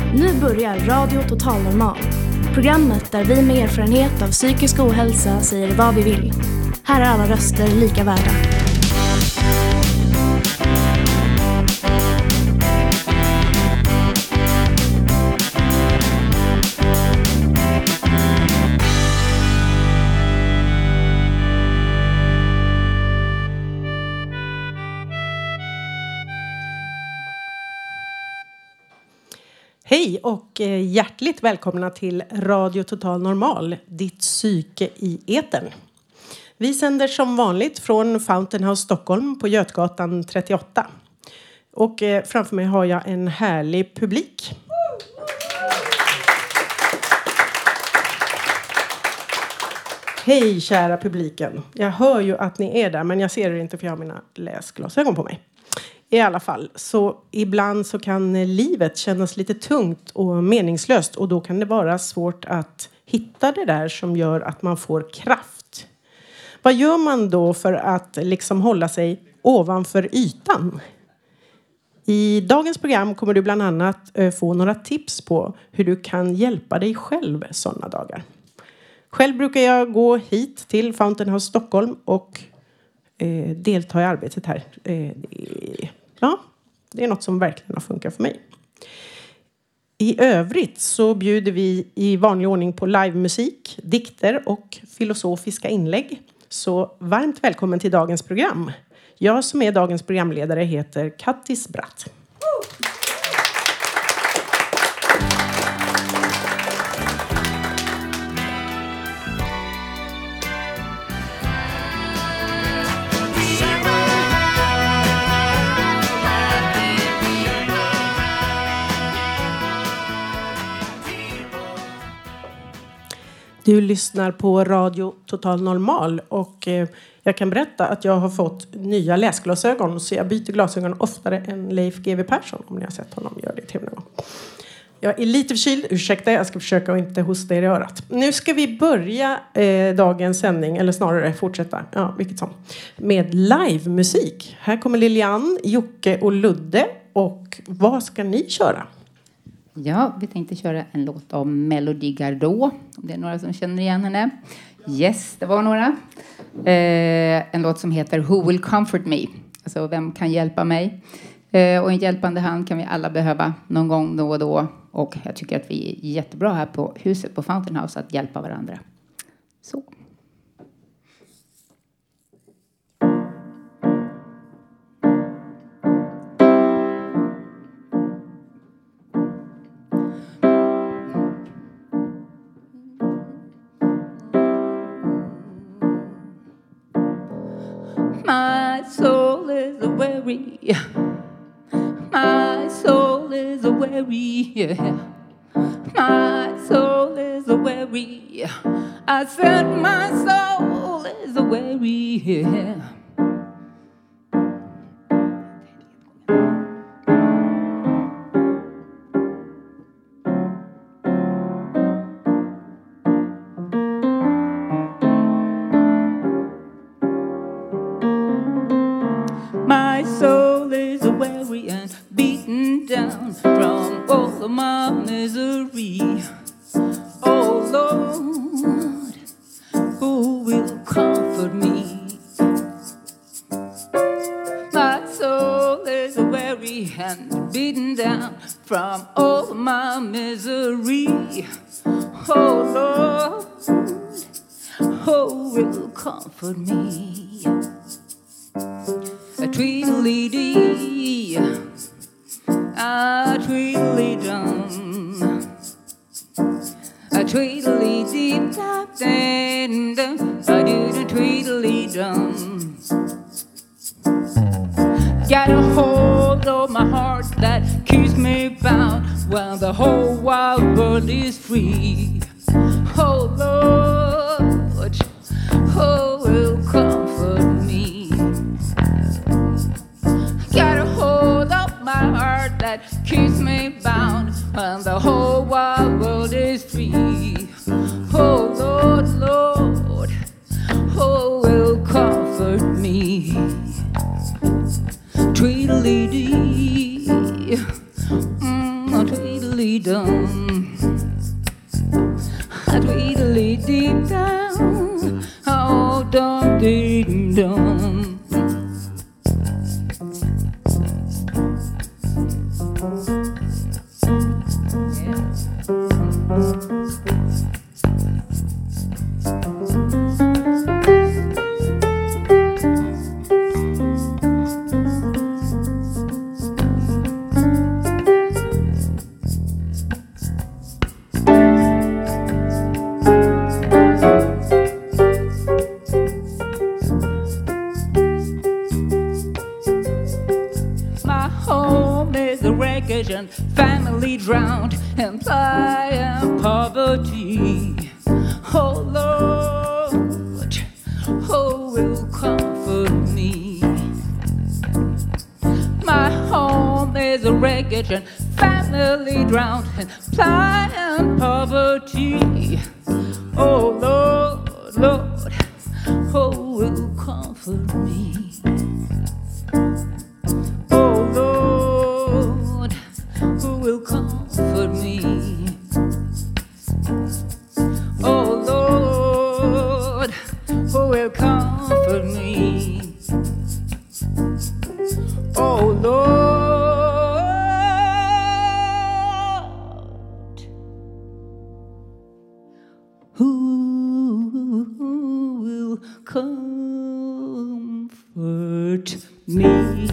Nu börjar Radio Total Normal. Programmet där vi med erfarenhet av psykisk ohälsa säger vad vi vill. Här är alla röster lika värda. Hej och hjärtligt välkomna till Radio Total Normal, ditt psyke i etern. Vi sänder som vanligt från Fountain House Stockholm på Götgatan 38. Och framför mig har jag en härlig publik. Hej kära publiken. Jag hör ju att ni är där men jag ser er inte för jag har mina läsglasögon på mig. I alla fall, så ibland så kan livet kännas lite tungt och meningslöst. Och då kan det vara svårt att hitta det där som gör att man får kraft. Vad gör man då för att liksom hålla sig ovanför ytan? I dagens program kommer du bland annat få några tips på hur du kan hjälpa dig själv sådana dagar. Själv brukar jag gå hit till Fountain House Stockholm och delta i arbetet här. Ja, det är något som verkligen har funkat för mig. I övrigt så bjuder vi i vanlig ordning på livemusik, dikter och filosofiska inlägg. Så varmt välkommen till dagens program. Jag som är dagens programledare heter Kattis Bratt. Du lyssnar på Radio Total Normal och jag kan berätta att jag har fått nya läsglasögon så jag byter glasögon oftare än Leif GW Persson om ni har sett honom göra det i tv någon gång. Jag är lite förkyld, ursäkta, jag ska försöka att inte hosta er i örat. Nu ska vi börja dagens sändning, eller snarare fortsätta, ja vilket som, med livemusik. Här kommer Lilian, Jocke och Ludde och vad ska ni köra? Ja, vi tänkte köra en låt om Melody Gardot. Om det är några som känner igen henne. Yes, det var några. En låt som heter Who Will Comfort Me? Alltså, vem kan hjälpa mig? Och en hjälpande hand kan vi alla behöva någon gång då och då. Och jag tycker att vi är jättebra här på huset på Fountain House att hjälpa varandra. Så. My soul is a weary. My soul is a weary. My soul is a weary. I said my soul is a weary. My soul is weary and beaten down from all of my misery. Oh Lord, who will comfort me? My soul is weary and beaten down from all of my misery. Oh Lord, who will comfort me? A tweedledee, a tweedledum, a tweedledee, I do the tweedledum. Got a hold of my heart that keeps me bound while the whole wide world is free. Oh Lord, who will comfort me? Got a hold of my heart that keeps me bound when the whole wide world is free. Oh Lord, Lord, who will comfort me? Tweedledee, tweedledee. tweedly dum. Tweedly dee dum. Oh, dum dee dum. And family drowned in pliant poverty. Oh Lord, who will comfort me? My home is a wreckage and family drowned in pliant poverty. Oh Lord, Lord, who will comfort me? Oh Lord, who will comfort me? Oh Lord, who will comfort me? Oh Lord, who will comfort me?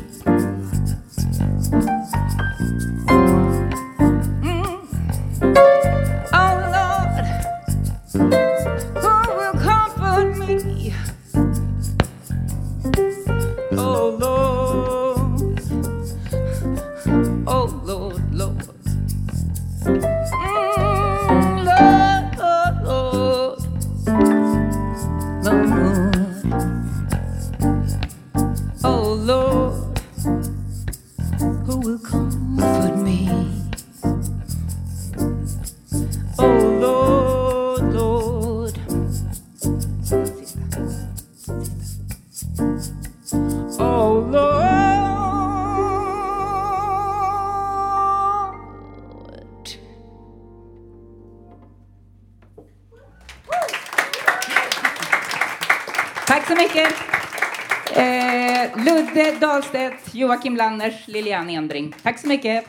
Tack så mycket. Ludde Dahlstedt, Joakim Lanners, Lilian Endring. Tack så mycket.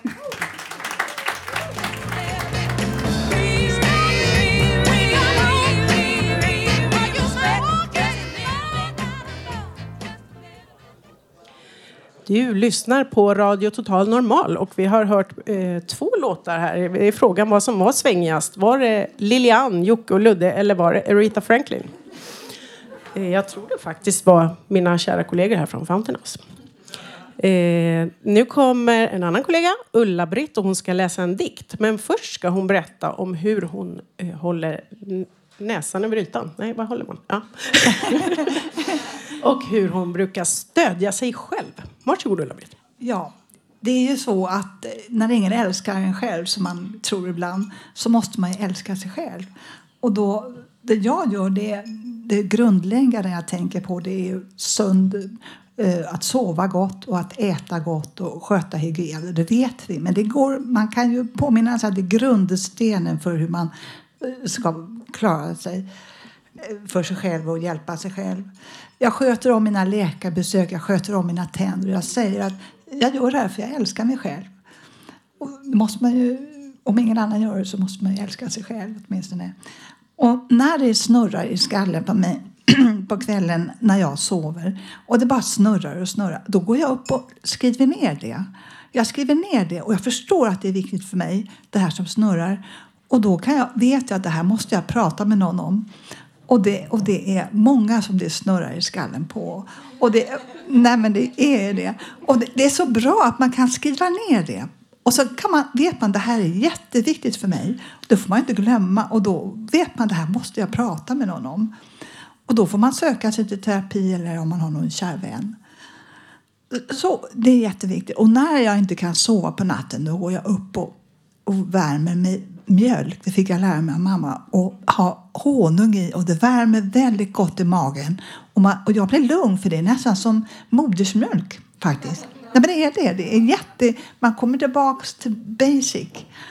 Du lyssnar på Radio Total Normal och vi har hört 2 låtar här. Det är frågan vad som var svängigast. Var det Lilian, Jocke och Ludde eller var det Aretha Franklin? Jag tror det faktiskt var mina kära kollegor här från Fountain House. Nu kommer en annan kollega, Ulla-Britt, och hon ska läsa en dikt. Men först ska hon berätta om hur hon håller näsan över ytan. Nej, vad håller man? Ja. Och hur hon brukar stödja sig själv. Varsågod, Ulla-Britt. Ja, det är ju så att när ingen älskar en själv, som man tror ibland, så måste man ju älska sig själv. Och då, det jag gör, det grundläggande jag tänker på, det är ju att sova gott och att äta gott och sköta hygien. Det vet vi, men det går, man kan ju påminna sig att det är grundstenen för hur man ska klara sig för sig själv och hjälpa sig själv. Jag sköter om mina läkarbesök, jag sköter om mina tänder. Jag säger att jag gör det här för jag älskar mig själv. Och måste man ju, om ingen annan gör det så måste man ju älska sig själv åtminstone. Och när det snurrar i skallen på mig på kvällen när jag sover och det bara snurrar och snurrar, då går jag upp och skriver ner det. Jag skriver ner det och jag förstår att det är viktigt för mig, det här som snurrar. Och då vet jag att det här måste jag prata med någon om. Och det är många som det snurrar i skallen på. Och det är det. Och det är så bra att man kan skriva ner det. Och så vet man det här är jätteviktigt för mig. Det får man inte glömma. Och då vet man det här måste jag prata med någon om. Och då får man söka sig till terapi eller om man har någon kär vän. Så det är jätteviktigt. Och när jag inte kan sova på natten då går jag upp och värmer med mjölk. Det fick jag lära mig av mamma. Och ha honung i. Och det värmer väldigt gott i magen. Och jag blir lugn för det är nästan som modersmjölk faktiskt. Nej, men det är det. Det är man kommer tillbaka till basic.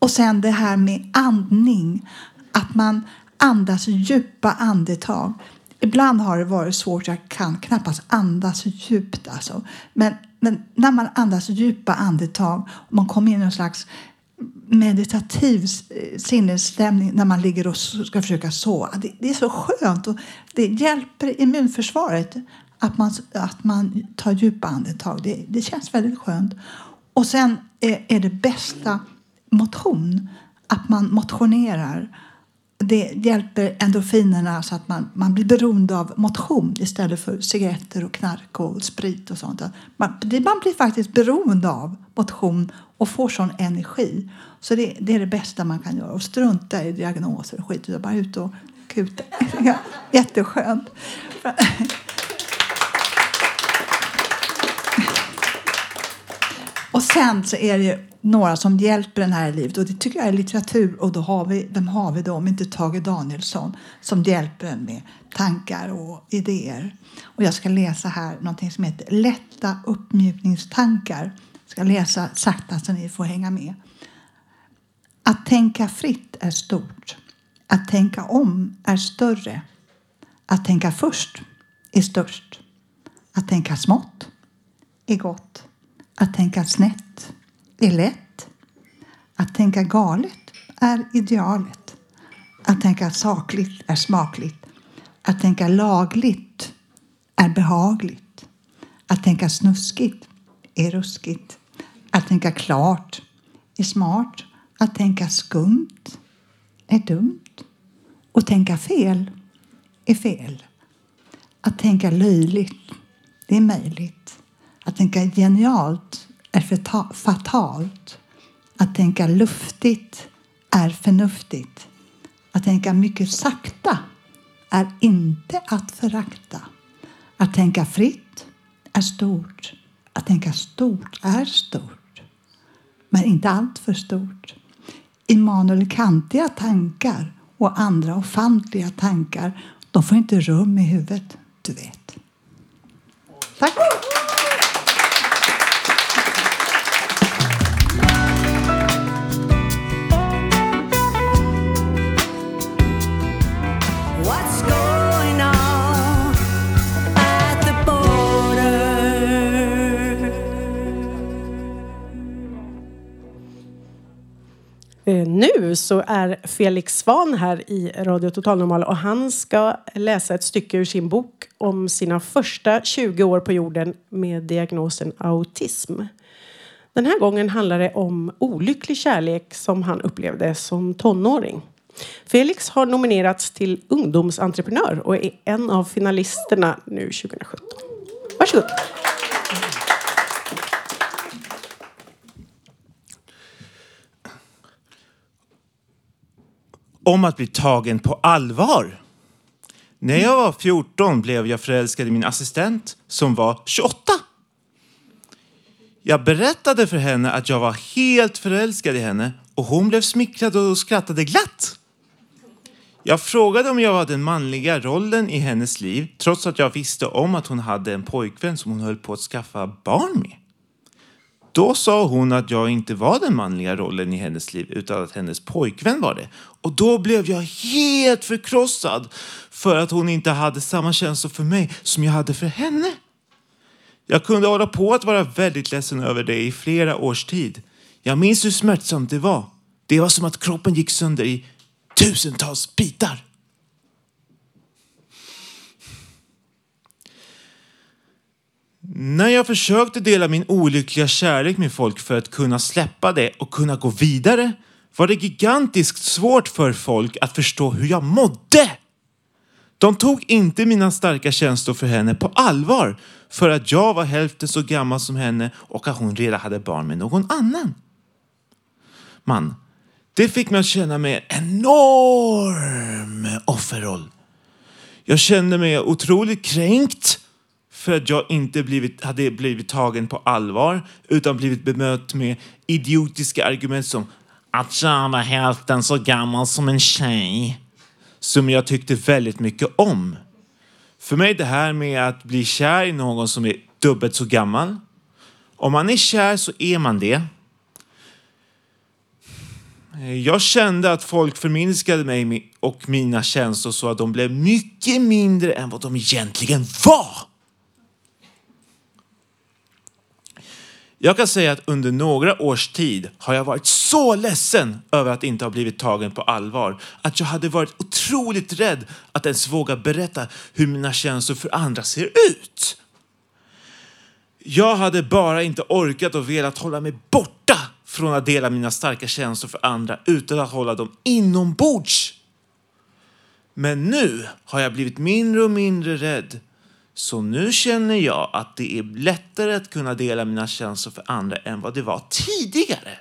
Och sen det här med andning. Att man andas djupa andetag. Ibland har det varit svårt. Jag kan knappast andas djupt. Alltså. Men när man andas djupa andetag. Och man kommer in i en slags meditativ sinnesstämning. När man ligger och ska försöka sova. Det är så skönt. Och det hjälper immunförsvaret. Att man tar djupa andetag. Det känns väldigt skönt. Och sen är det bästa motion. Att man motionerar. Det hjälper endorfinerna så att man blir beroende av motion istället för cigaretter och knark och sprit och sånt. Man blir faktiskt beroende av motion och får sån energi. Så det är det bästa man kan göra. Och strunta i diagnoser och skit. Bara ut och kuta. Jätteskönt. Och sen så är det några som hjälper den här i livet. Och det tycker jag är litteratur. Och vem har vi då om inte Tage Danielsson som hjälper en med tankar och idéer. Och jag ska läsa här någonting som heter Lätta uppmjukningstankar. Jag ska läsa sakta så ni får hänga med. Att tänka fritt är stort. Att tänka om är större. Att tänka först är störst. Att tänka smått är gott. Att tänka snett är lätt. Att tänka galet är idealet. Att tänka sakligt är smakligt. Att tänka lagligt är behagligt. Att tänka snuskigt är ruskigt. Att tänka klart är smart. Att tänka skumt är dumt. Och tänka fel är fel. Att tänka löjligt, det är möjligt. Att tänka genialt är fatalt. Att tänka luftigt är förnuftigt. Att tänka mycket sakta är inte att förakta. Att tänka fritt är stort. Att tänka stort är stort. Men inte allt för stort. Immanuel Kantiga tankar och andra ofantliga tankar, de får inte rum i huvudet, du vet. Tack! Nu så är Felix Svahn här i Radio Total Normal och han ska läsa ett stycke ur sin bok om sina första 20 år på jorden med diagnosen autism. Den här gången handlar det om olycklig kärlek som han upplevde som tonåring. Felix har nominerats till ungdomsentreprenör och är en av finalisterna nu 2017. Varsågod. Om att bli tagen på allvar. När jag var 14 blev jag förälskad i min assistent som var 28. Jag berättade för henne att jag var helt förälskad i henne och hon blev smickrad och skrattade glatt. Jag frågade om jag var den manliga rollen i hennes liv trots att jag visste om att hon hade en pojkvän som hon höll på att skaffa barn med. Då sa hon att jag inte var den manliga rollen i hennes liv utan att hennes pojkvän var det. Och då blev jag helt förkrossad för att hon inte hade samma känslor för mig som jag hade för henne. Jag kunde hålla på att vara väldigt ledsen över det i flera års tid. Jag minns hur smärtsamt det var. Det var som att kroppen gick sönder i tusentals bitar. När jag försökte dela min olyckliga kärlek med folk för att kunna släppa det och kunna gå vidare var det gigantiskt svårt för folk att förstå hur jag mådde. De tog inte mina starka känslor för henne på allvar för att jag var hälften så gammal som henne och att hon redan hade barn med någon annan. Det fick mig att känna mig en enorm offerroll. Jag kände mig otroligt kränkt för att jag inte hade blivit tagen på allvar utan blivit bemött med idiotiska argument som att jag var hälften så gammal som en tjej. Som jag tyckte väldigt mycket om. För mig det här med att bli kär i någon som är dubbelt så gammal. Om man är kär så är man det. Jag kände att folk förminskade mig och mina känslor så att de blev mycket mindre än vad de egentligen var. Jag kan säga att under några års tid har jag varit så ledsen över att inte ha blivit tagen på allvar. Att jag hade varit otroligt rädd att ens våga berätta hur mina känslor för andra ser ut. Jag hade bara inte orkat och velat hålla mig borta från att dela mina starka känslor för andra utan att hålla dem inombords. Men nu har jag blivit mindre och mindre rädd. Så nu känner jag att det är lättare att kunna dela mina känslor för andra än vad det var tidigare.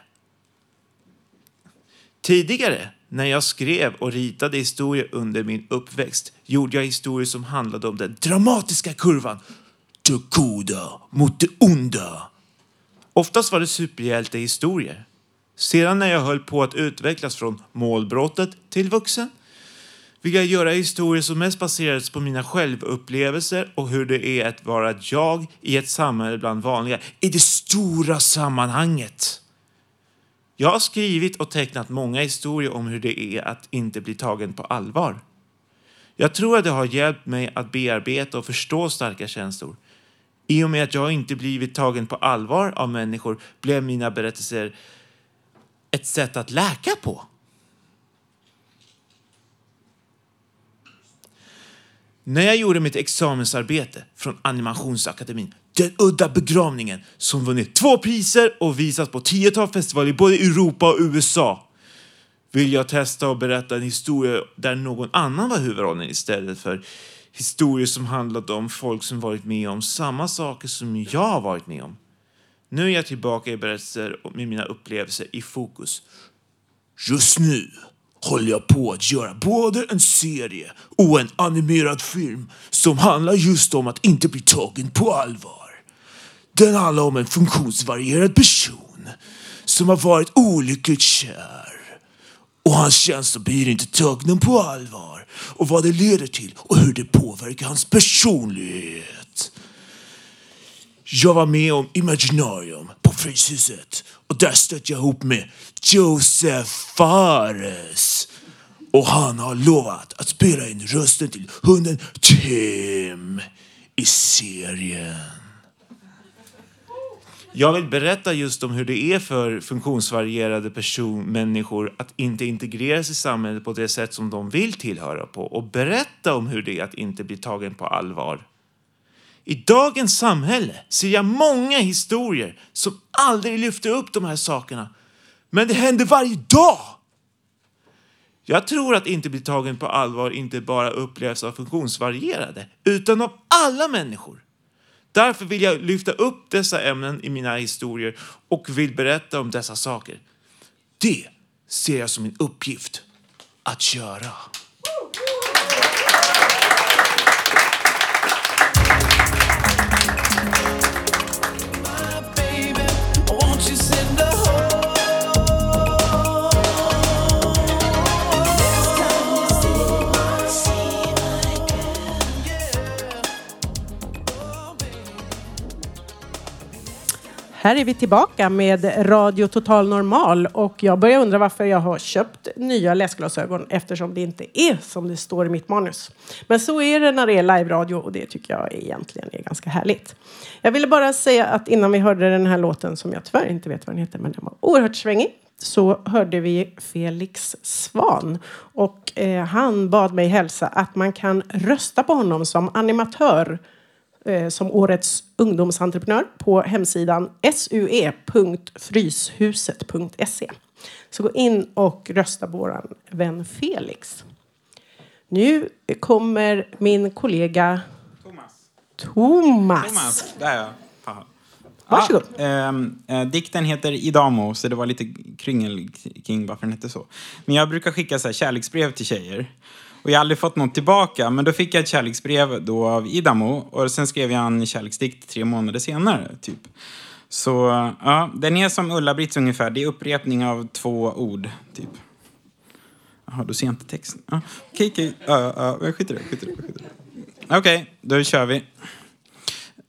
Tidigare, när jag skrev och ritade historier under min uppväxt, gjorde jag historier som handlade om den dramatiska kurvan. Det goda mot det onda. Oftast var det superhjältehistorier. Sedan när jag höll på att utvecklas från målbrottet till vuxen vill jag göra historier som mest baserades på mina självupplevelser och hur det är att vara jag i ett samhälle bland vanliga i det stora sammanhanget. Jag har skrivit och tecknat många historier om hur det är att inte bli tagen på allvar. Jag tror att det har hjälpt mig att bearbeta och förstå starka känslor. I och med att jag inte blivit tagen på allvar av människor blev mina berättelser ett sätt att läka på. När jag gjorde mitt examensarbete från Animationsakademin, Den udda begravningen, som vunnit 2 priser och visats på 10-tal festivaler i både Europa och USA, vill jag testa och berätta en historia där någon annan var huvudrollen istället för historier som handlade om folk som varit med om samma saker som jag har varit med om. Nu är jag tillbaka i berättelser med mina upplevelser i fokus. Just nu håller jag på att göra både en serie och en animerad film som handlar just om att inte bli tagen på allvar. Den handlar om en funktionsvarierad person som har varit olyckligt kär. Och hans känslor blir inte tagna på allvar. Och vad det leder till och hur det påverkar hans personlighet. Jag var med om Imaginarium på Fryshuset. Och där stötte jag ihop med Joseph Fares. Och han har lovat att spela in rösten till hunden Tim i serien. Jag vill berätta just om hur det är för funktionsvarierade människor att inte integreras i samhället på det sätt som de vill tillhöra på. Och berätta om hur det är att inte bli tagen på allvar. I dagens samhälle ser jag många historier som aldrig lyfter upp de här sakerna. Men det händer varje dag. Jag tror att inte bli tagen på allvar inte bara upplevs av funktionsvarierade utan av alla människor. Därför vill jag lyfta upp dessa ämnen i mina historier och vill berätta om dessa saker. Det ser jag som en uppgift att göra. Här är vi tillbaka med Radio Total Normal och jag börjar undra varför jag har köpt nya läsglasögon eftersom det inte är som det står i mitt manus. Men så är det när det är live-radio och det tycker jag egentligen är ganska härligt. Jag ville bara säga att innan vi hörde den här låten som jag tyvärr inte vet vad den heter men den var oerhört svängig så hörde vi Felix Svan och han bad mig hälsa att man kan rösta på honom som animatör som årets ungdomsentreprenör på hemsidan sue.fryshuset.se. Så gå in och rösta på våran vän Felix. Nu kommer min kollega Thomas. Där är jag. Varsågod. Dikten heter Idamo, så det var lite kringel kring varför den hette så. Men jag brukar skicka så här kärleksbrev till tjejer. Och jag har aldrig fått något tillbaka. Men då fick jag ett kärleksbrev då av Idamo. Och sen skrev jag en kärleksdikt 3 månader senare, typ. Så, ja. Den är som Ulla-Britts ungefär. Det är upprepning av 2 ord, typ. Jaha, då ser jag inte texten. Okej. Jag skiter i det. Okej, då kör vi.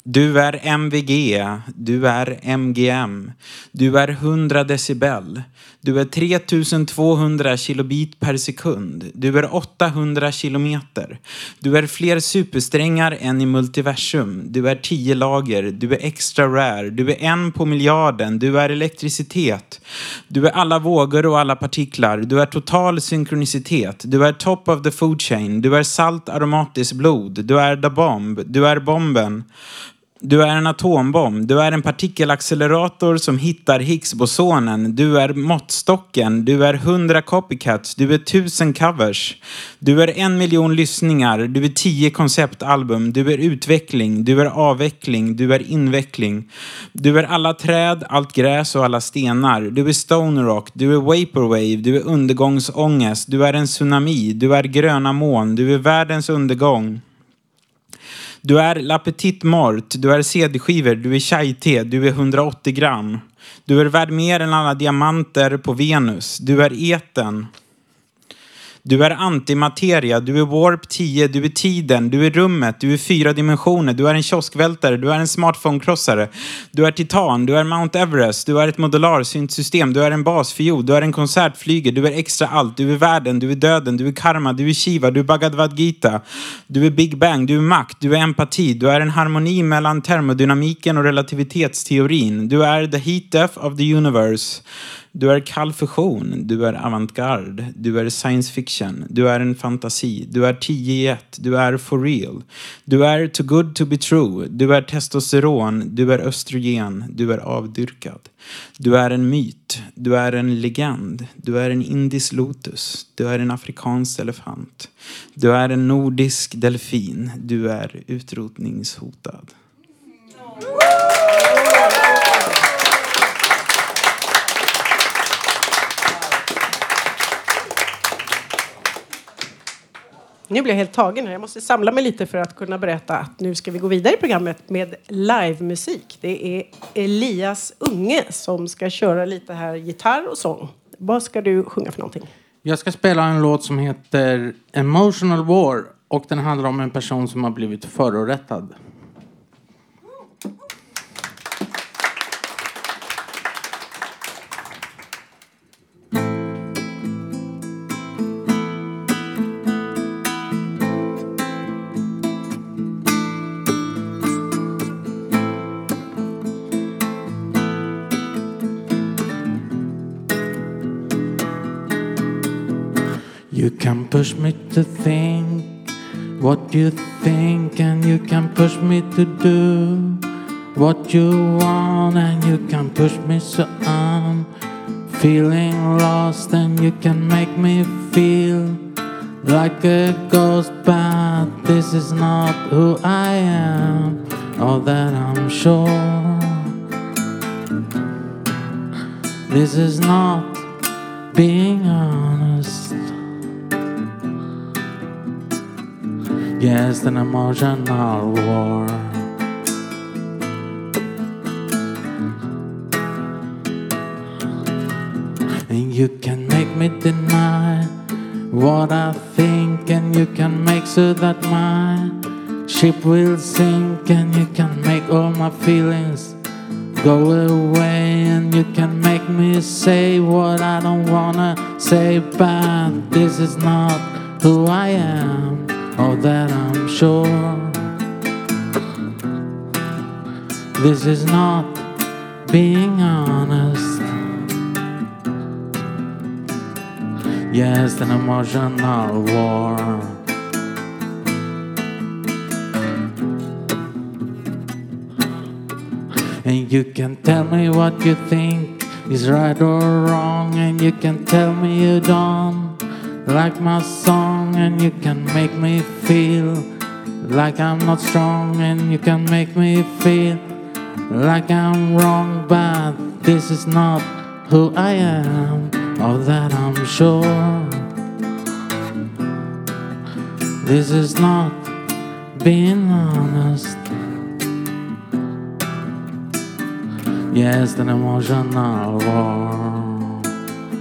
Du är MVG, du är MGM, du är 100 decibel, du är 3200 kilobit per sekund, du är 800 kilometer, du är fler supersträngar än i multiversum, du är 10 lager, du är extra rare, du är 1 på miljarden, du är elektricitet, du är alla vågor och alla partiklar, du är total synkronicitet, du är top of the food chain, du är salt aromatiskt blod, du är the bomb, du är bomben. Du är en atombomb, du är en partikelaccelerator som hittar Higgsbosonen, du är måttstocken, du är 100 copycats, du är 1000 covers, du är 1 miljon lyssningar, du är 10 konceptalbum, du är utveckling, du är avveckling, du är inveckling, du är alla träd, allt gräs och alla stenar, du är stone rock, du är vaporwave, du är undergångsångest, du är en tsunami, du är gröna moln, du är världens undergång. Du är La Petite Mort, du är CD-skivor, du är chai-te, du är 180 gram. Du är värd mer än alla diamanter på Venus. Du är eten. Du är antimateria, du är warp 10, du är tiden, du är rummet, du är 4 dimensioner, du är en kioskvältare, du är en smartphone-krossare, du är titan, du är Mount Everest, du är ett modularsyntsystem, du är en basfiol, du är en konsertflyger, du är extra allt, du är världen, du är döden, du är karma, du är Shiva, du är Bhagavad Gita, du är Big Bang, du är makt, du är empati, du är en harmoni mellan termodynamiken och relativitetsteorin, du är the heat death of the universe. Du är kall fusion, du är avantgarde, du är science fiction, du är en fantasi, du är 10 i 1, du är for real, du är too good to be true, du är testosteron, du är östrogen, du är avdyrkad, du är en myt, du är en legend, du är en indisk lotus, du är en afrikansk elefant, du är en nordisk delfin, du är utrotningshotad. Nu blir jag helt tagen här. Jag måste samla mig lite för att kunna berätta att nu ska vi gå vidare i programmet med livemusik. Det är Elias Unge som ska köra lite här gitarr och sång. Vad ska du sjunga för någonting? Jag ska spela en låt som heter Emotional War och den handlar om en person som har blivit förorättad. You can push me to think what you think, and you can push me to do what you want, and you can push me so I'm feeling lost, and you can make me feel like a ghost, but this is not who I am, all that I'm sure. This is not being honest. Yes, an emotional war. And you can make me deny what I think, and you can make so that my ship will sink, and you can make all my feelings go away, and you can make me say what I don't wanna say, but this is not who I am, all that I'm sure. This is not being honest. Yes, an emotional war. And you can tell me what you think is right or wrong, and you can tell me you don't like my song, and you can make me feel like I'm not strong, and you can make me feel like I'm wrong, but this is not who I am, of that I'm sure. This is not being honest. Yes, an emotional war.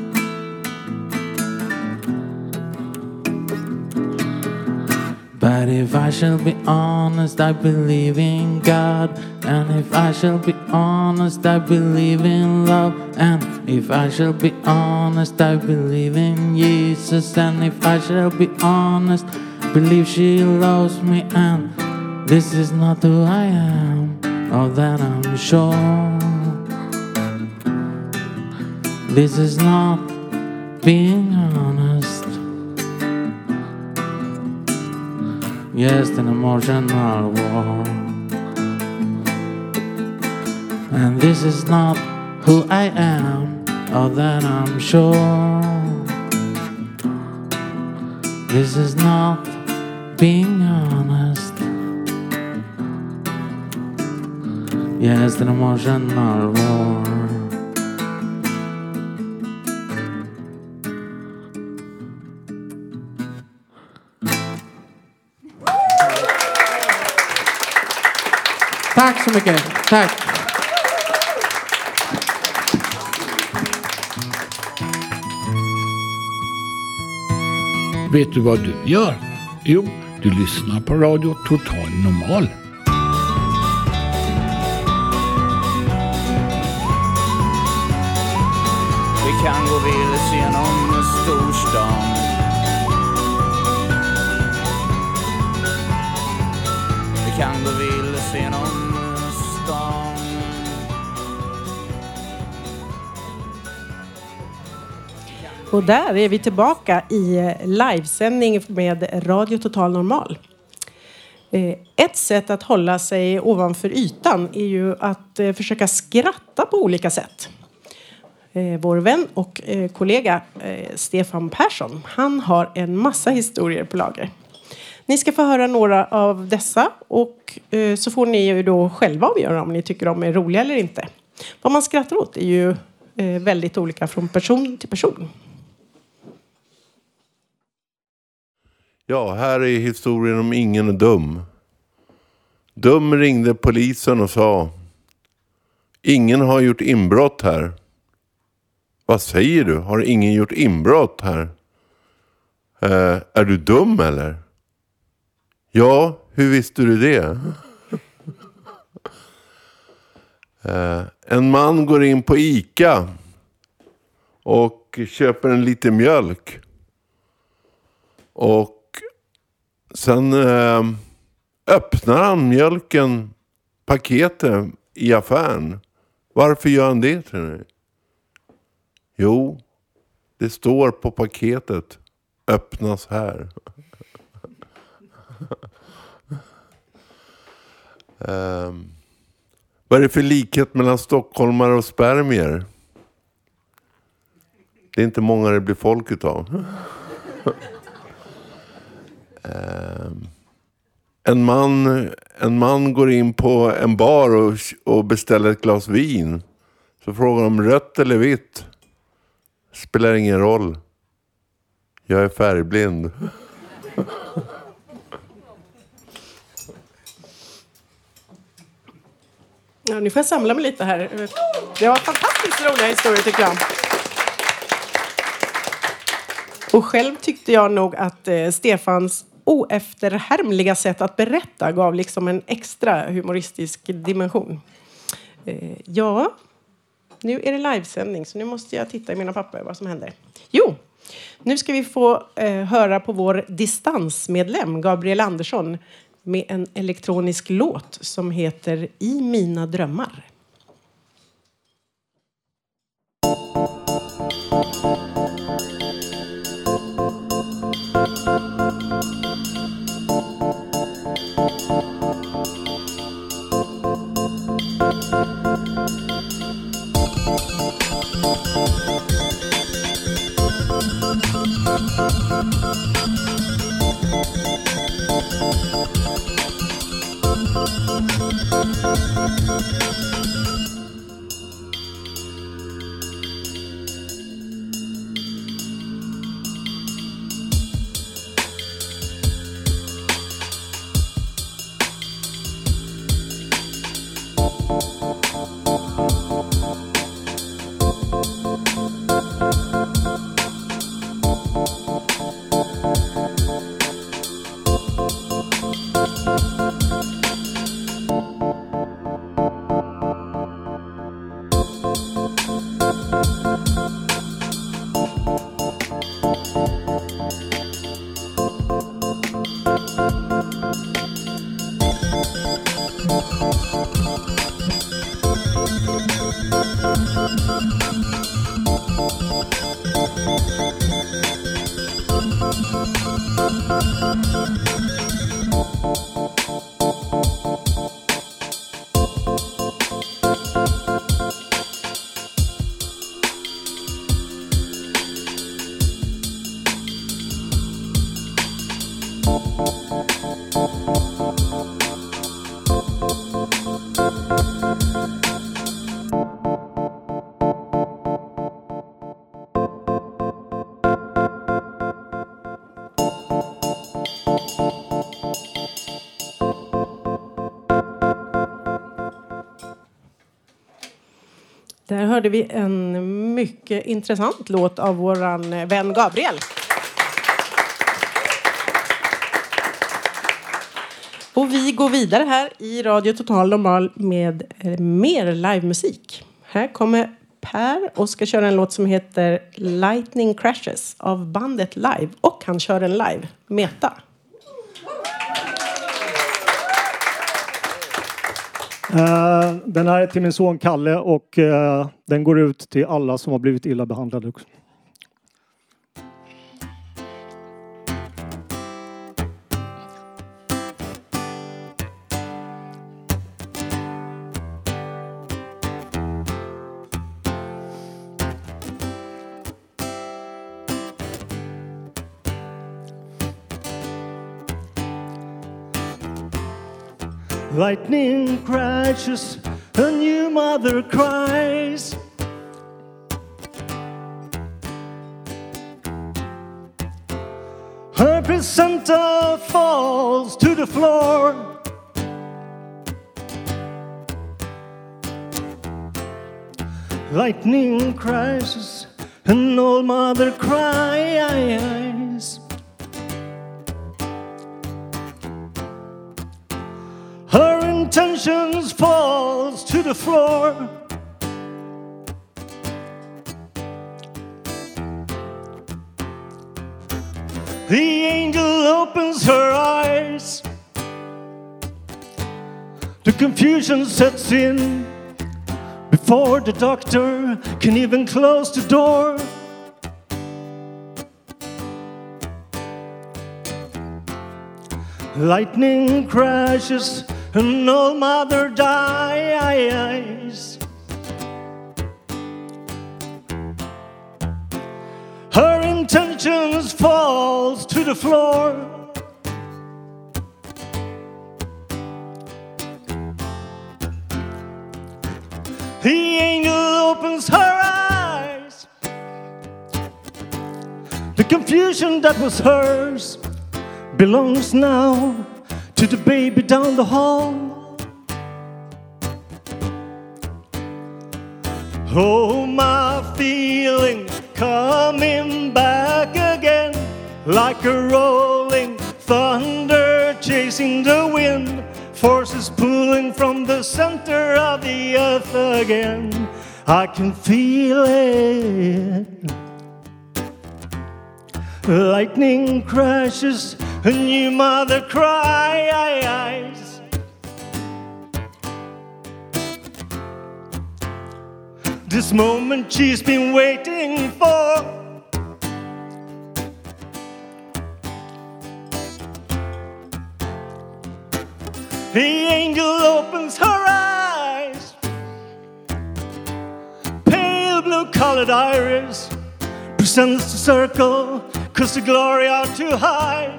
But if I shall be honest, I believe in God. And if I shall be honest, I believe in love. And if I shall be honest, I believe in Jesus. And if I shall be honest, believe she loves me. And this is not who I am, of that I'm sure. This is not being honest. Just an emotional war. And this is not who I am, of that I'm sure. This is not being honest. Just an emotional war. Tack så mycket. Tack. Vet du vad du gör? Jo, du lyssnar på Radio Total Normal. Vi kan gå vilse genom storstan. Vi kan gå vilse genom stan. Och där är vi tillbaka i livesändning med Radio Total Normal. Ett sätt att hålla sig ovanför ytan är ju att försöka skratta på olika sätt. Vår vän och kollega Stefan Persson, han har en massa historier på lager. Ni ska få höra några av dessa och så får ni ju då själva avgöra om ni tycker de är roliga eller inte. Vad man skrattar åt är ju väldigt olika från person till person. Ja, här är historien om ingen är dum. Dum ringde polisen och sa: ingen har gjort inbrott här. Vad säger du? Har ingen gjort inbrott här? Är du dum eller? Ja, hur visste du det? En man går in på ICA och köper en liten mjölk. Och sen öppnar han mjölken, paketet i affären. Varför gör han det, tror ni? Jo, det står på paketet: öppnas här. Vad är det för likhet mellan stockholmare och spermier? Det är inte många det blir folk utav. En man går in på en bar och beställer ett glas vin. Så frågar de: rött eller vitt? Spelar ingen roll. Jag är färgblind. Ja, nu får jag samla mig lite här. Det var fantastiskt roliga historier, tycker jag. Och själv tyckte jag nog att Stefans oefterhärmliga sätt att berätta gav liksom en extra humoristisk dimension. Ja, nu är det livesändning, så nu måste jag titta i mina papper vad som händer. Jo, nu ska vi få höra på vår distansmedlem Gabriel Andersson med en elektronisk låt som heter I mina drömmar. Där hörde vi en mycket intressant låt av våran vän Gabriel. Och vi går vidare här i Radio Total Normal med mer livemusik. Här kommer Per och ska köra en låt som heter Lightning Crashes av bandet Live. Och han kör en live, Meta. Den här är till min son Kalle och den går ut till alla som har blivit illa behandlade också. Lightning crashes, a new mother cries. Her placenta falls to the floor. Lightning crashes, an old mother cries. Her intentions falls to the floor. The angel opens her eyes. The confusion sets in before the doctor can even close the door. Lightning crashes, an old mother dies. Her intentions falls to the floor. The angel opens her eyes. The confusion that was hers belongs now to the baby down the hall. Oh, my feeling coming back again, like a rolling thunder chasing the wind, forces pulling from the center of the earth again. I can feel it. Lightning crashes, a new mother cries. This moment she's been waiting for. The angel opens her eyes. Pale blue-colored iris presents the circle, 'cause the glory out to hide.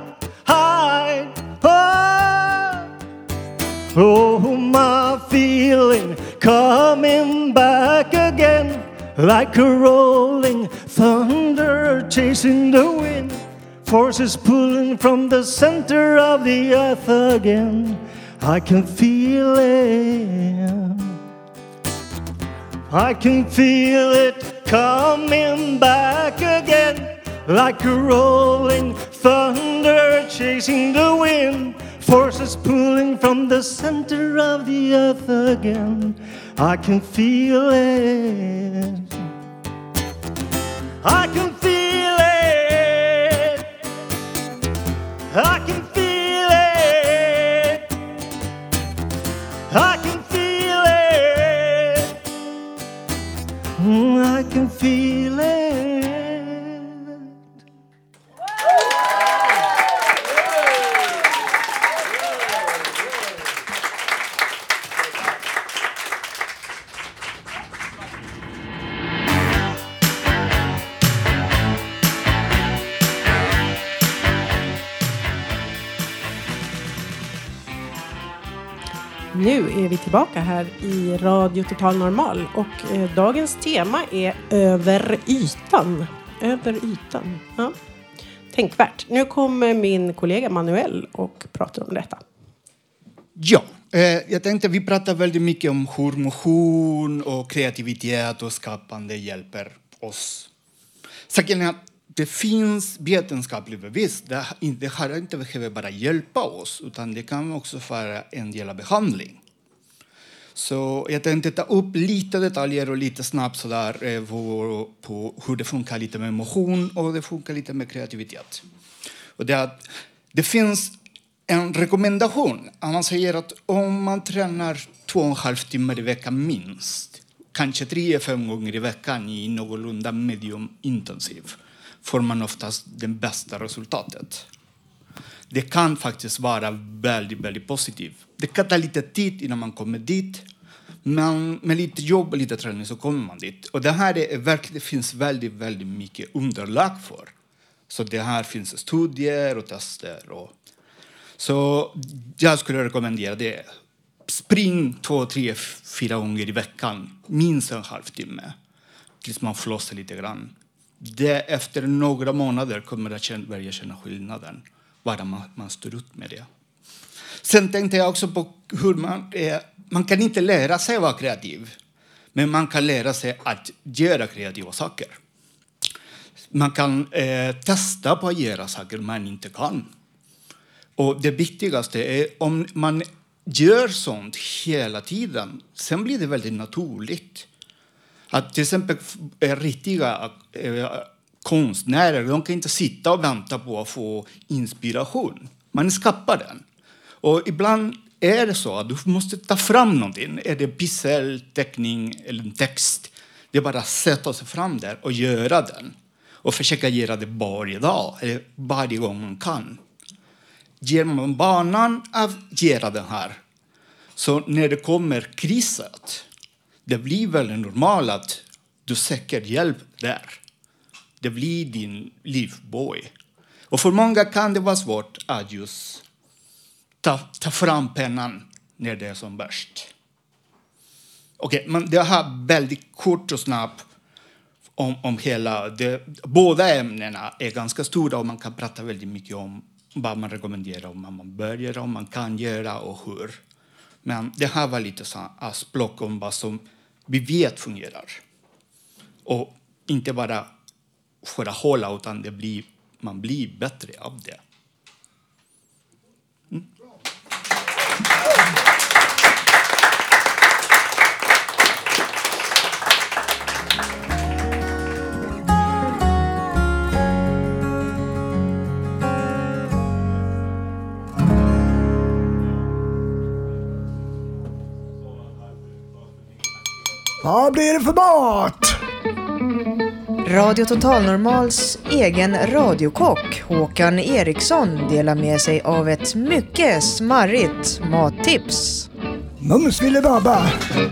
Oh, my feeling coming back again, like a rolling thunder chasing the wind, forces pulling from the center of the earth again. I can feel it. I can feel it coming back again, like a rolling thunder chasing the wind, forces pulling from the center of the earth again. I can feel it. I can feel it. I can feel it. I can feel it. I can feel it. Nu är vi tillbaka här i Radio Total Normal och dagens tema är över ytan. Över ytan, ja. Tänkvärt. Nu kommer min kollega Manuel och pratar om detta. Ja, jag tänkte vi pratar väldigt mycket om hur motion och kreativitet och skapande hjälper oss. Saken är att det finns vetenskapligt bevis. Det här inte behöver bara hjälpa oss, utan det kan också vara en del av behandling. Så jag tänkte ta upp lite detaljer och lite snabbt sådär på hur det funkar lite med motion och det funkar lite med kreativitet. Och det finns en rekommendation. Man säger att om man tränar 2,5 timmar i veckan minst, kanske 3-5 gånger i veckan i någorlunda medium intensiv, får man oftast det bästa resultatet. Det kan faktiskt vara väldigt, väldigt positivt. Det kan ta lite tid innan man kommer dit. Men med lite jobb och lite träning så kommer man dit. Och det här är verkligen, det finns väldigt, väldigt mycket underlag för. Så det här finns studier och tester. Så jag skulle rekommendera det. Spring 2, 3, 4 gånger i veckan. Minst en halvtimme. Tills man flossar lite grann. Efter några månader kommer att börja känna skillnaden. Bara man står ut med det. Sen tänkte jag också på hur man kan inte lära sig att vara kreativ. Men man kan lära sig att göra kreativa saker. Man kan testa på att göra saker man inte kan. Och det viktigaste är om man gör sånt hela tiden. Sen blir det väldigt naturligt. Att till exempel riktiga konstnärer, de kan inte sitta och vänta på att få inspiration. Man skapar den. Och ibland är det så att du måste ta fram någonting. Är det pyssel, teckning eller en text? Det är bara att sätta sig fram där och göra den. Och försöka göra det varje dag, eller varje gång man kan. Ger man banan att göra den här. Så när det kommer kriset, det blir väldigt normalt att du söker hjälp där. Det blir din livboj. Och för många kan det vara svårt att just ta fram pennan när det är som värst. Okej, men det här väldigt kort och snabbt om hela... båda ämnena är ganska stora och man kan prata väldigt mycket om vad man rekommenderar, om man bör göra, om man kan göra och hur. Men det här var lite så språk om vad som vi vet fungerar. Och inte bara för att hålla, utan man blir bättre av det. Mm. Vad blir det för mat? Radio Total Normals egen radiokock Håkan Eriksson delar med sig av ett mycket smarrigt mattips. Mums ville baba.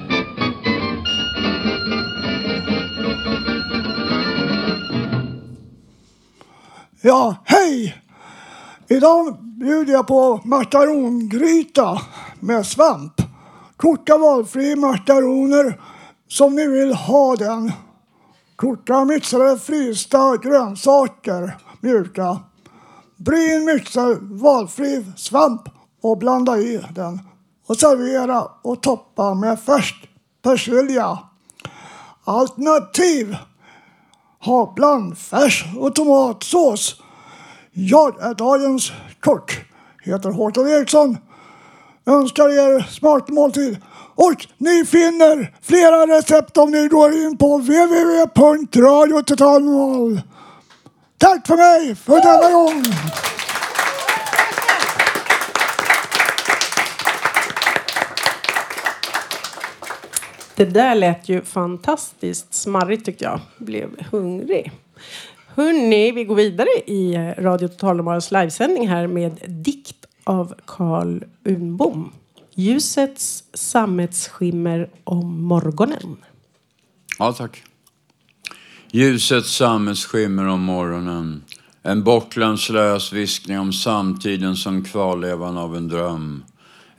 Ja, hej! Idag bjuder jag på makarongryta med svamp. Koka valfri makaroner som ni vill ha den. Koka mixade frysta grönsaker mjuka. Bryn mixad valfri svamp och blanda i den. Och servera och toppa med färsk persilja. Alternativ. Ha blandfärs och tomatsås. Jag är dagens kock. Heter Håkan Eriksson. Önskar er smart måltid. Och ni finner flera recept om ni går in på www.radiototalnormal. Tack för mig för denna gång. Det där lät ju fantastiskt smarrigt tyckte jag. Blev hungrig. Hörrni, vi går vidare i Radio Total Normals livesändning här med dikt av Carl Unbom. Ljusets sammetsskimmer om morgonen. Ja, tack. Ljusets sammetsskimmer om morgonen. En bortglömslös viskning om samtiden som kvarlevan av en dröm.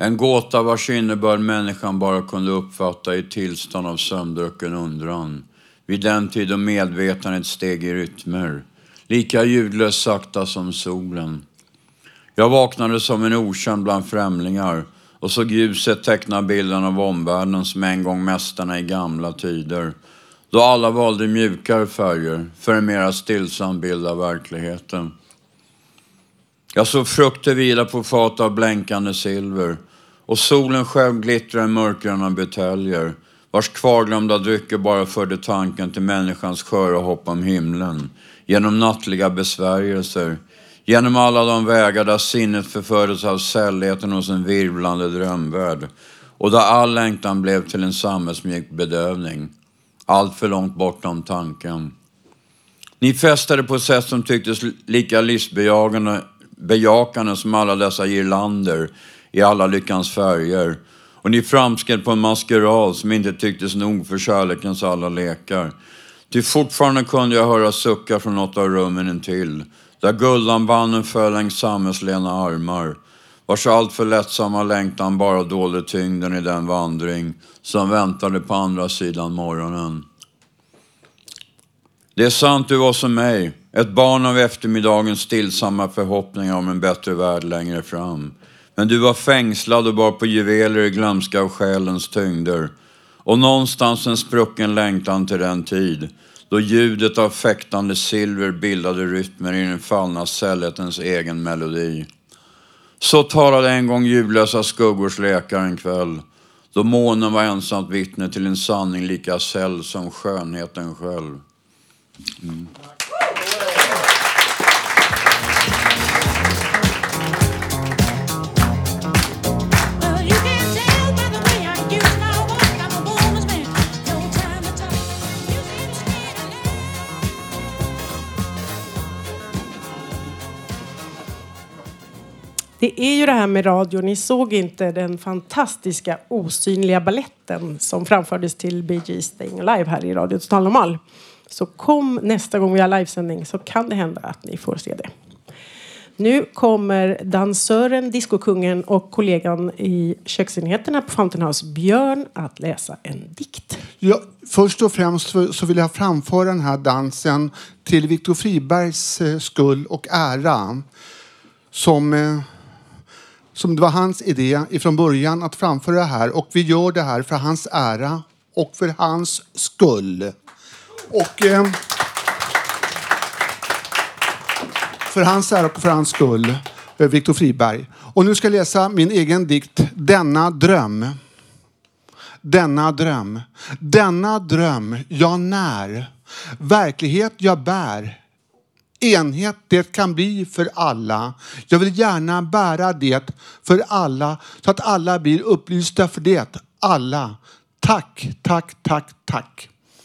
En gåta vars innebörd människan bara kunde uppfatta i tillstånd av sömndrucken undran. Vid den tid då medvetandet steg i rytmer. Lika ljudlöst sakta som solen. Jag vaknade som en okänd bland främlingar och såg ljuset teckna bilden av omvärlden som en gång mästarna i gamla tider. Då alla valde mjukare färger för en mera stillsam bild av verkligheten. Jag såg frukter vila på fat av blänkande silver och solen själv glittrade i mörkgröna buteljer vars kvarglömda drycker bara förde tanken till människans sköra hopp om himlen genom nattliga besvärjelser, genom alla de vägar där sinnet förfördes av sällheten hos en virvlande drömvärld och där all längtan blev till en samhällsmjuk bedövning. Allt för långt bortom tanken. Ni festade på ett sätt som tycktes lika livsbejakande som alla dessa girlander i alla lyckans färger. Och ni framskred på en maskerad som inte tycktes nog för kärlekens alla lekar. Ty fortfarande kunde jag höra suckar från något av rummen intill. Där guldanbanden föll längs samhällslena armar. Vars allt för lättsamma längtan bara dolde tyngden i den vandring som väntade på andra sidan morgonen. Det är sant, du var som mig. Ett barn av eftermiddagens stillsamma förhoppningar om en bättre värld längre fram. Men du var fängslad och bar på juveler i glömska av själens tyngder. Och någonstans en sprucken längtan till den tid. Då ljudet av fäktande silver bildade rytmer i den fallna sällhetens egen melodi. Så talade en gång ljudlösa skuggors läkare en kväll. Då månen var ensamt vittne till en sanning lika säll som skönheten själv. Mm. Det är ju det här med radio. Ni såg inte den fantastiska osynliga balletten som framfördes till Bee Gees Staying Alive här i Radio Total Normal. Så kom nästa gång vi har livesändning så kan det hända att ni får se det. Nu kommer dansören, diskokungen och kollegan i köksenheterna på Fountain House, Björn, att läsa en dikt. Ja, först och främst så vill jag framföra den här dansen till Viktor Fribergs skull och ära. Som det var hans idé ifrån början att framföra det här. Och vi gör det här för hans ära och för hans skull. Och för hans ära och för hans skull, Viktor Friberg. Och nu ska jag läsa min egen dikt, Denna dröm. Denna dröm. Denna dröm, jag när. Verklighet jag bär. Enhet det kan bli för alla. Jag vill gärna bära det för alla. Så att alla blir upplysta för det. Alla. Tack, tack, tack, tack.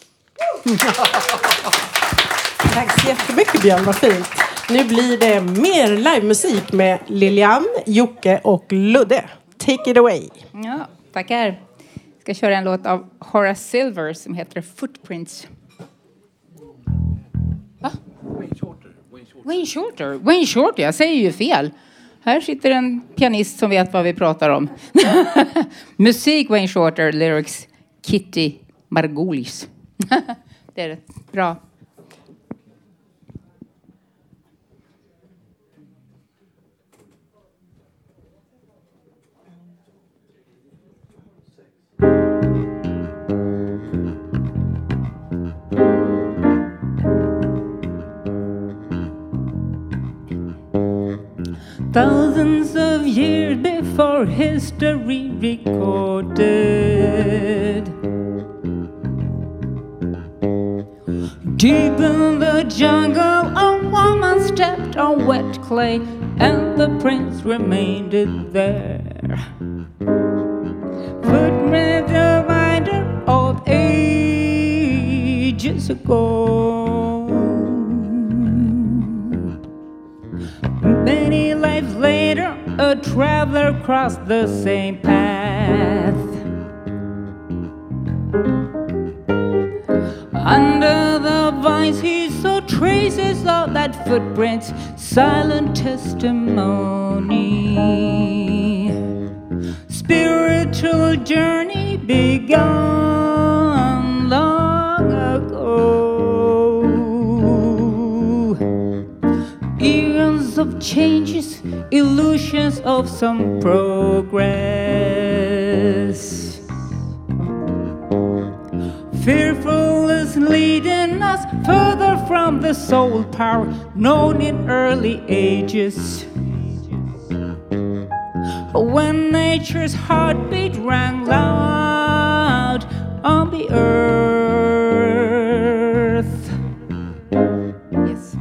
Tack så jättemycket Björn, vad fint. Nu blir det mer livemusik med Lilian, Jocke och Ludde. Take it away. Ja, tackar. Jag ska köra en låt av Horace Silver som heter Footprints. Va? Wayne Shorter, jag säger ju fel. Här sitter en pianist som vet vad vi pratar om. Musik Wayne Shorter, lyrics Kitty Margulis. Det är rätt bra. Thousands of years before history recorded, deep in the jungle a woman stepped on wet clay and the prince remained there. Footprint reminder of ages ago. Many lives later, a traveler crossed the same path. Under the vines he saw traces of that footprint's silent testimony. spiritual journey begun long ago. Eons of changes, illusions of some progress. Fearful is leading us further from the soul power known in early ages. When nature's heartbeat rang loud on the earth. Yes.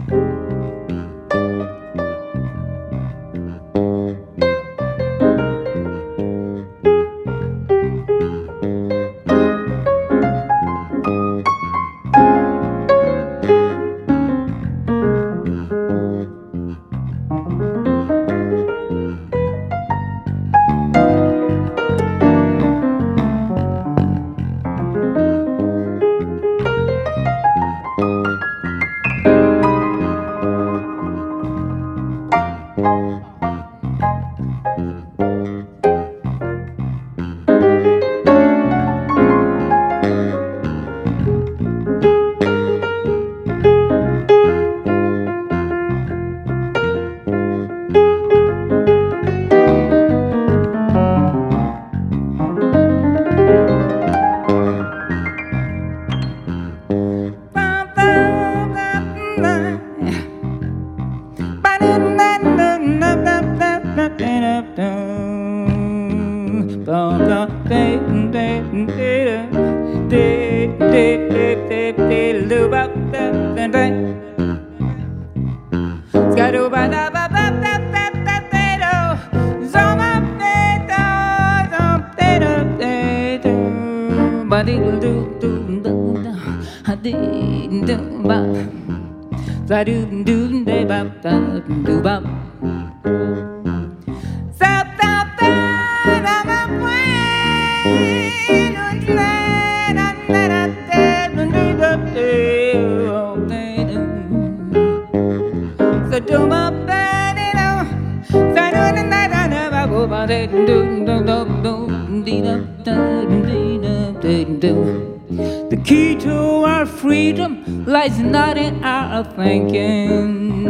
The key to our freedom lies not in our thinking.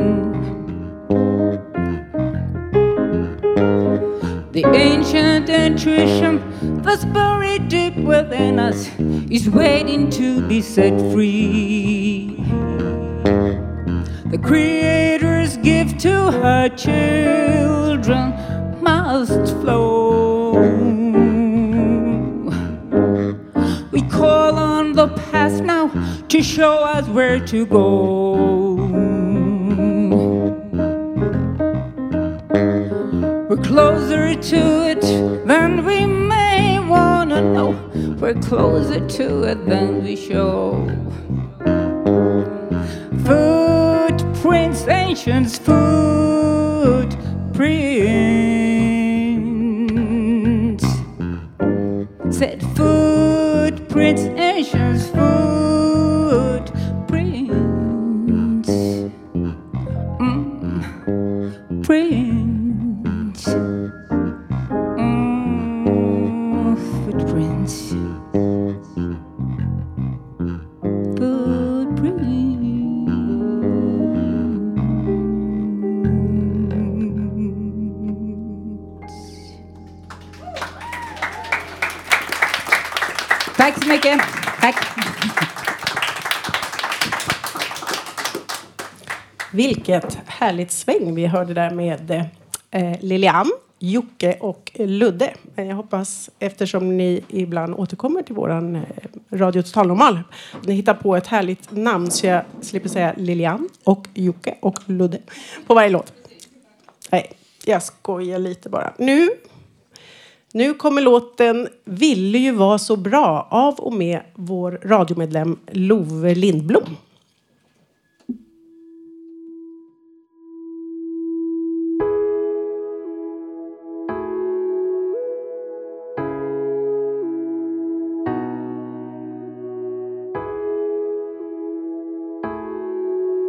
The ancient intuition that's buried deep within us is waiting to be set free. The Creator's gift to her children must flow. We call on the past now to show us where to go. We're closer to it than we may wanna know. We're closer to it than we show. Footprints, ancients, footprints. Said footprints, ancients, footprints. Prints. Footprints. Tack så mycket. Tack. Vilket härligt sväng vi hörde där med Lilian, Jocke och Ludde. Men jag hoppas, eftersom ni ibland återkommer till våran Radio Total Normal, ni hittar på ett härligt namn så jag slipper säga Lilian och Jocke och Ludde på varje låt. Nej, jag skojar lite bara. Nu kommer låten Ville ju vara så bra av och med vår radiomedlem Love Lindblom.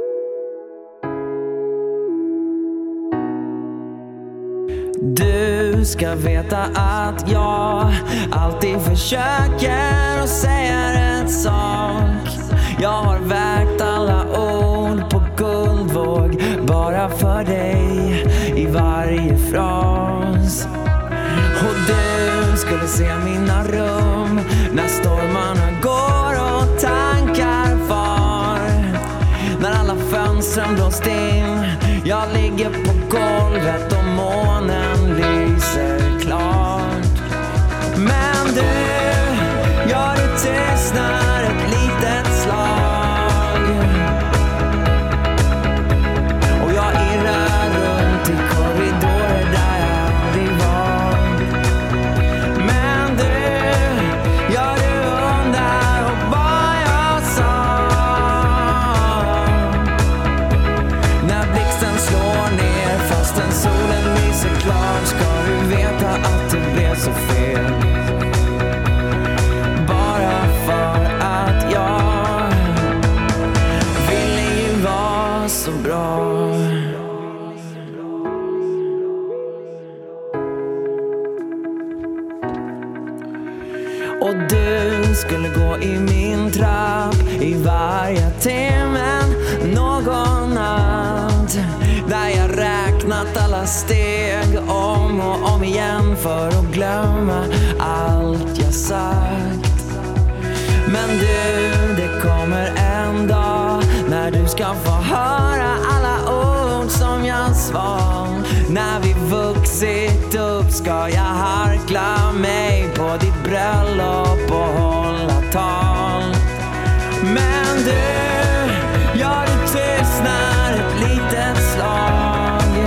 Du du ska veta att jag alltid försöker att säga rätt sak. Jag har vägt alla ord på guldvåg bara för dig i varje fras. Och du skulle se mina rum när stormarna går och tankar far. När alla fönstren blåst in, jag ligger på golvet och månen lyser klart. Men du, gör det tystnar ett litet slag. Och jag irrar runt i korridorer där jag aldrig var. Men du, gör du undrar och vad jag sa. När blixten slår ner fastän solen lyser klart, ska du veta att det blev så fel. Bara för att jag ville ju vara så bra. Och du skulle gå i min trapp i varje timme någon natt, där jag räknat alla steg om och om igen för att glömma allt jag sagt. Men du, det kommer en dag när du ska få höra alla ord som jag sval. När vi vuxit upp ska jag harkla mig på ditt bröllop och hålla tal. Men du, gör det tystnar ett litet slag.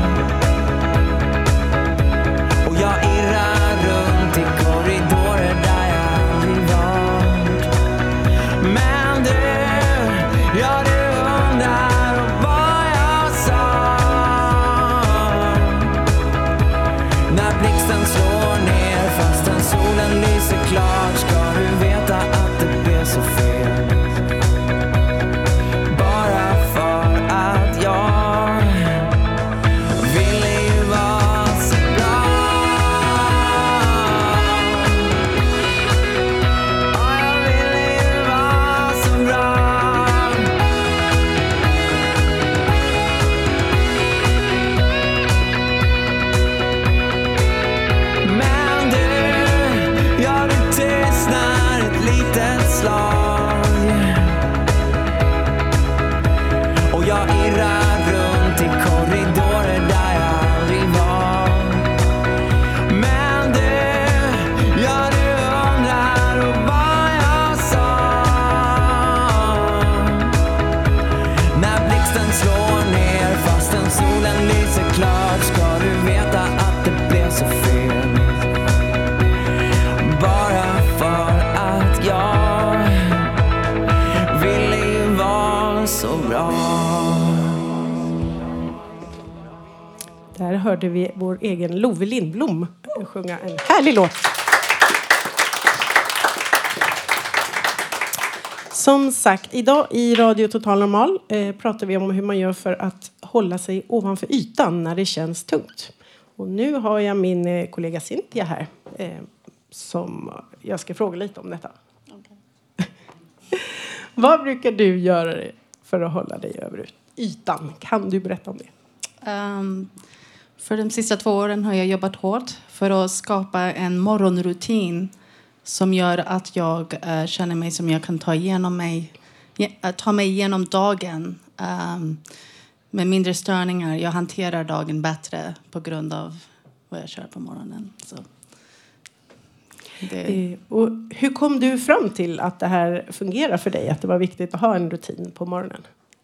Och jag irrar runt i korridorer där jag aldrig varit. Men du, gör du undrar och vad jag sa. När blixten slår ner fastän solen lyser klart, ska du veta att det blev så fel. Bara för att jag ville ju vara så bra. Ja, jag ville ju vara så bra. Men du, gör det tystnar ett litet slag. Och jag irrar runt i korridorer där jag aldrig var. Men du, gör du undrar och vad jag sa. När blixten slår ner fastän solen lyser klart, ska du veta att det blev så fel. Bara för att jag ville ju vara så bra. Där hörde vi vår egen Love Lindblom sjunga en härlig låt. Som sagt, idag i Radio Total Normal pratar vi om hur man gör för att hålla sig ovanför ytan när det känns tungt. Och nu har jag min kollega Cynthia här som jag ska fråga lite om detta. Okay. Vad brukar du göra för att hålla dig över ytan? Kan du berätta om det? För de sista 2 åren har jag jobbat hårt för att skapa en morgonrutin som gör att jag känner mig som jag kan ta mig igenom dagen med mindre störningar. Jag hanterar dagen bättre på grund av vad jag kör på morgonen. Så och hur kom du fram till att det här fungerar för dig? Att det var viktigt att ha en rutin på morgonen?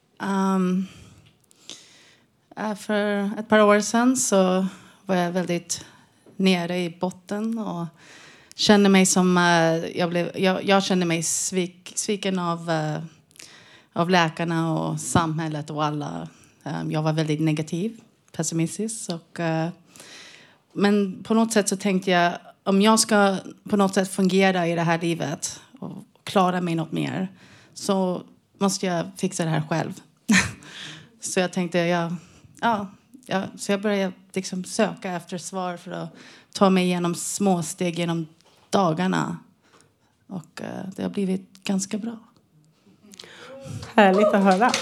För ett par år sedan så var jag väldigt nere i botten och kände mig som jag kände mig sviken av läkarna och samhället och alla. Jag var väldigt negativ, pessimistisk men på något sätt så tänkte jag, om jag ska på något sätt fungera i det här livet och klara mig något mer, så måste jag fixa det här själv. Så jag tänkte så jag började liksom söka efter svar för att ta mig igenom små steg genom dagarna. Och det har blivit ganska bra. Härligt att höra.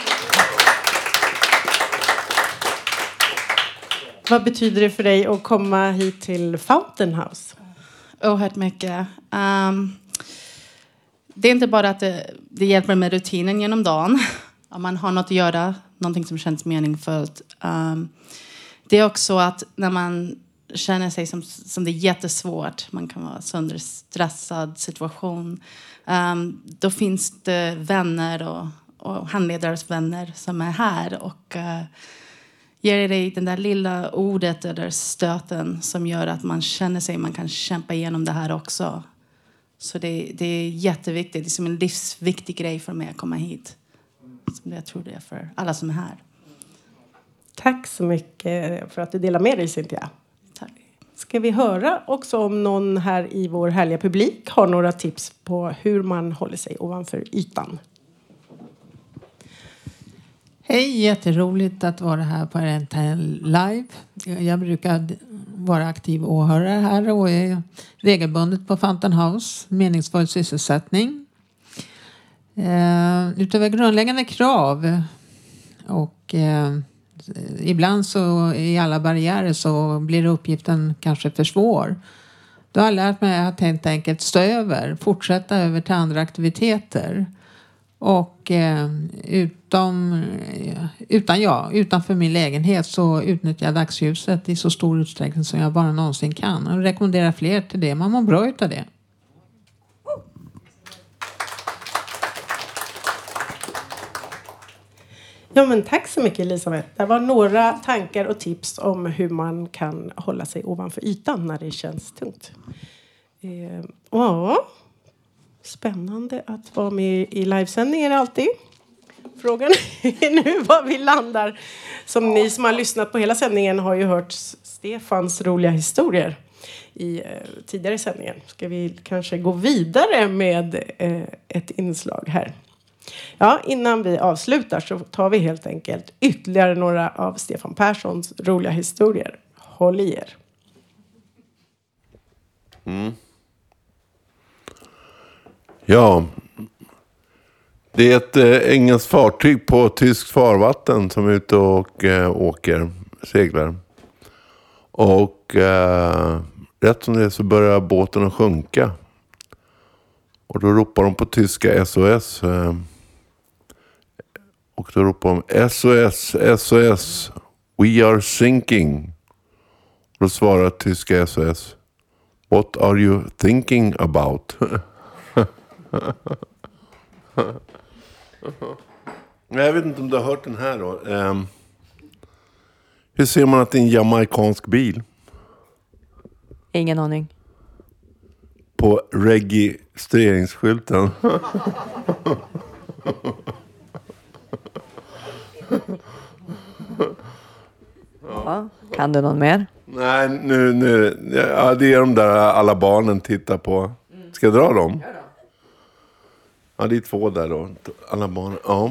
Vad betyder det för dig att komma hit till Fountain House? Oerhört mycket. Det är inte bara att det hjälper med rutinen genom dagen. Om man har något att göra, någonting som känns meningsfullt. Det är också att när man känner sig som det är jättesvårt, man kan vara sönderstressad situation. Då finns det vänner och handledares vänner som är här och ger dig den där lilla ordet eller stöten som gör att man känner sig, man kan kämpa igenom det här också. Så det är jätteviktigt, det är som en livsviktig grej för mig att komma hit. Som jag tror det är för alla som är här. Tack så mycket för att du delar med dig, Cynthia. Tack. Ska vi höra också om någon här i vår härliga publik har några tips på hur man håller sig ovanför ytan? Hej, jätteroligt att vara här på Rental Live. Jag brukar vara aktiv åhörare här och är regelbundet på Fountain House, meningsfull sysselsättning. Utöver grundläggande krav och ibland så i alla barriärer så blir uppgiften kanske för svår. Då har jag lärt mig att helt enkelt stå över, fortsätta över till andra aktiviteter. Och utanför min lägenhet så utnyttjar jag dagsljuset i så stor utsträckning som jag bara någonsin kan. Och rekommenderar fler till det. Man mår bra utav det. Ja, men tack så mycket, Elisabeth. Det var några tankar och tips om hur man kan hålla sig ovanför ytan när det känns tungt. Spännande att vara med i livesändningen alltid. Frågan är nu var vi landar. Som ni som har lyssnat på hela sändningen har ju hört Stefans roliga historier i tidigare sändningen. Ska vi kanske gå vidare med ett inslag här? Ja, innan vi avslutar så tar vi helt enkelt ytterligare några av Stefan Perssons roliga historier. Håll i er. Ja, det är ett engelskt fartyg på tyskt farvatten som är ute och seglar. Och rätt som det är så börjar båten att sjunka. Och då ropar de på tyska SOS. Och då ropar de SOS, SOS, we are sinking. Och då svarar tyska SOS, what are you thinking about? Jag vet inte om du har hört den här då. Hur ser man att det är en jamaikansk bil? Ingen aning. På registreringsskylten. Ja, kan du någon mer? Nej, nu. Ja, det är de där alla barnen tittar på. Ska jag dra dem? Ja, det är 2 där då. Alla barn. Ja.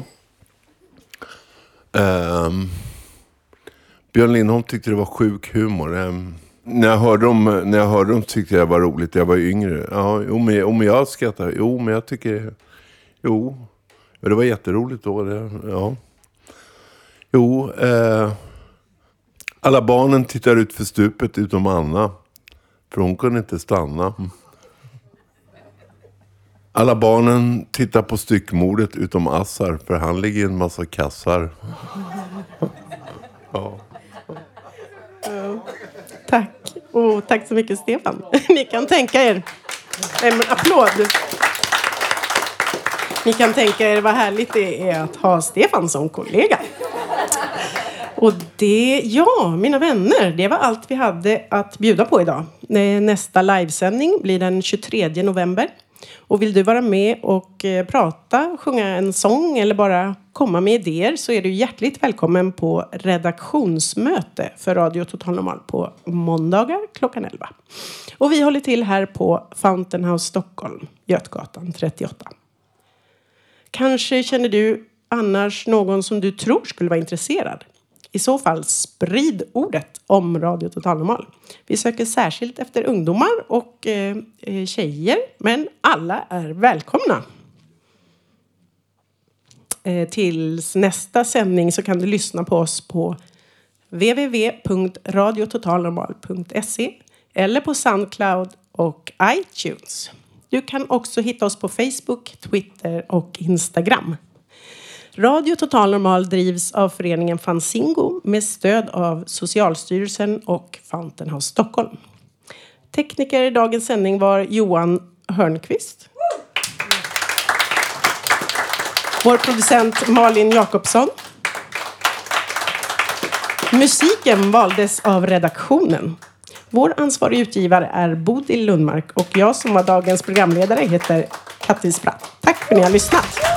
Björn Lindholm tyckte det var sjuk humor. När jag hörde dem tyckte jag det var roligt. Jag var yngre. Ja, men jag skrattar. Jo, men jag tycker... Jo, det var jätteroligt då. Ja. Jo, alla barnen tittar ut för stupet utom Anna. För hon kunde inte stanna. Alla barnen tittar på styckmordet utom Assar. För han ligger i en massa kassar. Ja. Tack. Och tack så mycket, Stefan. Ni kan tänka er. En applåd. Ni kan tänka er vad härligt det är att ha Stefan som kollega. Och det, ja, mina vänner, det var allt vi hade att bjuda på idag. Nästa livesändning blir den 23 november. Och vill du vara med och prata, sjunga en sång eller bara komma med idéer så är du hjärtligt välkommen på redaktionsmöte för Radio Total Normal på måndagar klockan 11. Och vi håller till här på Fountain House Stockholm, Götgatan 38. Kanske känner du annars någon som du tror skulle vara intresserad. I så fall sprid ordet om Radio Total Normal. Vi söker särskilt efter ungdomar och tjejer, men alla är välkomna. Tills nästa sändning så kan du lyssna på oss på www.radiototalnormal.se eller på Soundcloud och iTunes. Du kan också hitta oss på Facebook, Twitter och Instagram. Radio Total Normal drivs av föreningen Fanzingo med stöd av Socialstyrelsen och Fountain House Stockholm. Tekniker i dagens sändning var Johan Hörnqvist. Vår producent Malin Jakobsson. Musiken valdes av redaktionen. Vår ansvarig utgivare är Bodil Lundmark och jag som var dagens programledare heter Kattis Spratt. Tack för att ni har lyssnat.